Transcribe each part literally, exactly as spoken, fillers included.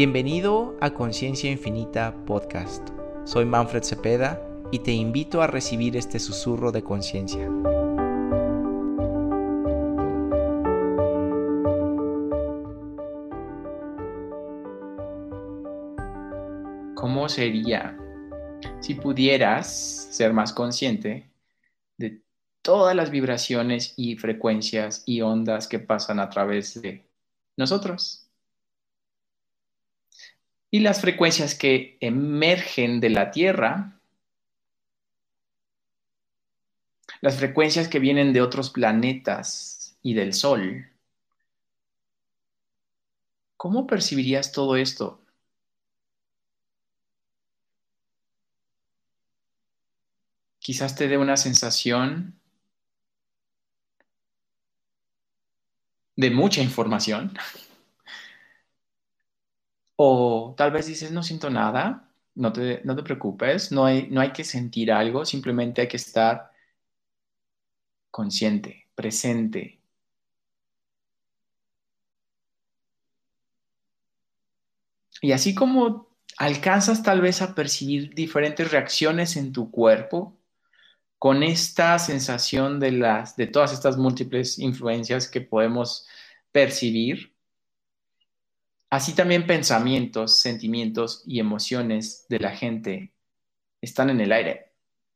Bienvenido a Conciencia Infinita Podcast. Soy Manfred Cepeda y te invito a recibir este susurro de conciencia. ¿Cómo sería si pudieras ser más consciente de todas las vibraciones y frecuencias y ondas que pasan a través de nosotros? Y las frecuencias que emergen de la Tierra, las frecuencias que vienen de otros planetas y del Sol. ¿Cómo percibirías todo esto? Quizás te dé una sensación de mucha información. O tal vez dices, no siento nada, no te, no te preocupes, no hay, no hay que sentir algo, simplemente hay que estar consciente, presente. Y así como alcanzas tal vez a percibir diferentes reacciones en tu cuerpo, con esta sensación de, las, de todas estas múltiples influencias que podemos percibir, así también pensamientos, sentimientos y emociones de la gente están en el aire.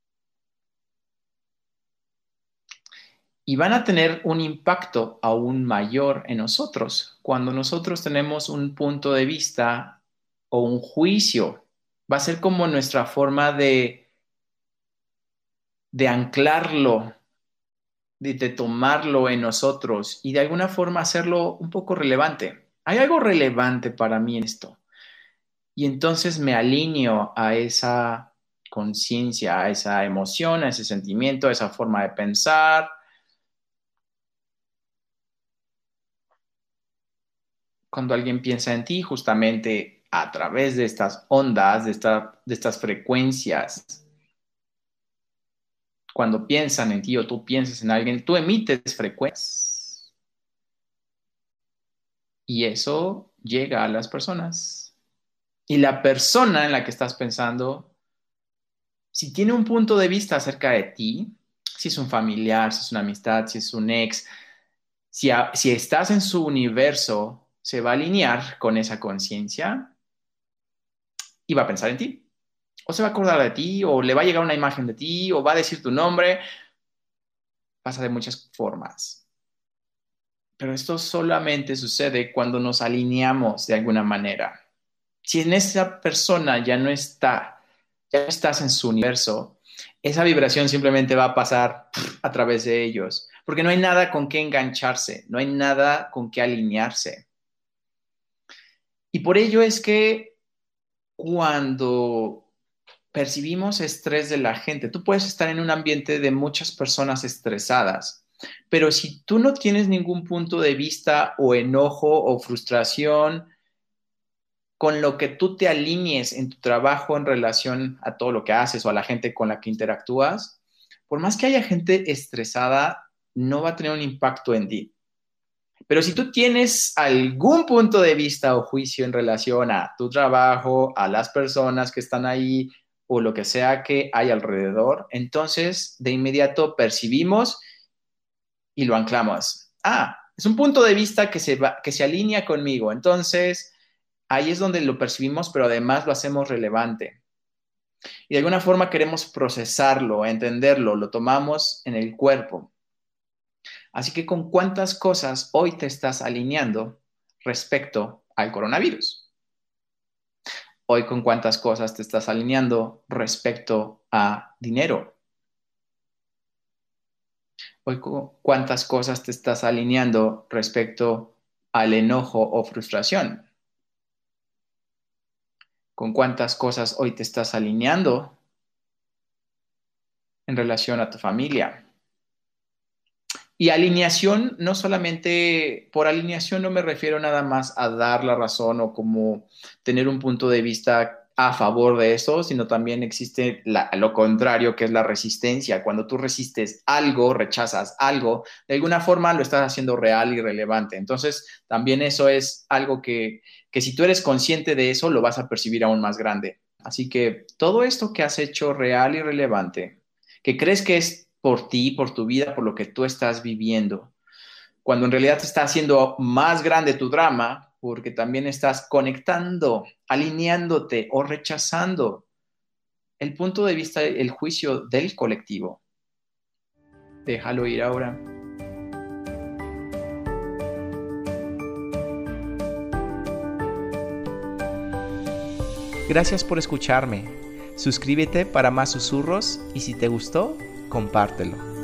Y van a tener un impacto aún mayor en nosotros cuando nosotros tenemos un punto de vista o un juicio. Va a ser como nuestra forma de, de anclarlo, de, de tomarlo en nosotros y de alguna forma hacerlo un poco relevante. Hay algo relevante para mí en esto. Y entonces me alineo a esa conciencia, a esa emoción, a ese sentimiento, a esa forma de pensar. Cuando alguien piensa en ti, justamente a través de estas ondas, de, esta, de estas frecuencias, cuando piensan en ti o tú piensas en alguien, tú emites frecuencias. Y eso llega a las personas. Y la persona en la que estás pensando, si tiene un punto de vista acerca de ti, si es un familiar, si es una amistad, si es un ex, si, a, si estás en su universo, se va a alinear con esa conciencia y va a pensar en ti. O se va a acordar de ti, o le va a llegar una imagen de ti, o va a decir tu nombre. Pasa de muchas formas. Pero esto solamente sucede cuando nos alineamos de alguna manera. Si en esa persona ya no está, ya no estás en su universo, esa vibración simplemente va a pasar a través de ellos, porque no hay nada con qué engancharse, no hay nada con qué alinearse. Y por ello es que cuando percibimos estrés de la gente, tú puedes estar en un ambiente de muchas personas estresadas, pero si tú no tienes ningún punto de vista o enojo o frustración con lo que tú te alinees en tu trabajo en relación a todo lo que haces o a la gente con la que interactúas, por más que haya gente estresada, no va a tener un impacto en ti. Pero si tú tienes algún punto de vista o juicio en relación a tu trabajo, a las personas que están ahí o lo que sea que hay alrededor, entonces de inmediato percibimos y lo anclamos. Ah, es un punto de vista que se, va, que se alinea conmigo. Entonces, ahí es donde lo percibimos, pero además lo hacemos relevante. Y de alguna forma queremos procesarlo, entenderlo, lo tomamos en el cuerpo. Así que, ¿con cuántas cosas hoy te estás alineando respecto al coronavirus? Hoy, ¿con cuántas cosas te estás alineando respecto a dinero? Hoy, ¿con cuántas cosas te estás alineando respecto al enojo o frustración? ¿Con cuántas cosas hoy te estás alineando en relación a tu familia? Y alineación, no solamente, por alineación no me refiero nada más a dar la razón o como tener un punto de vista a favor de eso, sino también existe la, lo contrario, que es la resistencia. Cuando tú resistes algo, rechazas algo, de alguna forma lo estás haciendo real y relevante. Entonces, también eso es algo que, que si tú eres consciente de eso, lo vas a percibir aún más grande. Así que todo esto que has hecho real y relevante, que crees que es por ti, por tu vida, por lo que tú estás viviendo, cuando en realidad te está haciendo más grande tu drama, porque también estás conectando, alineándote o rechazando el punto de vista, el juicio del colectivo. Déjalo ir ahora. Gracias por escucharme. Suscríbete para más susurros y si te gustó, compártelo.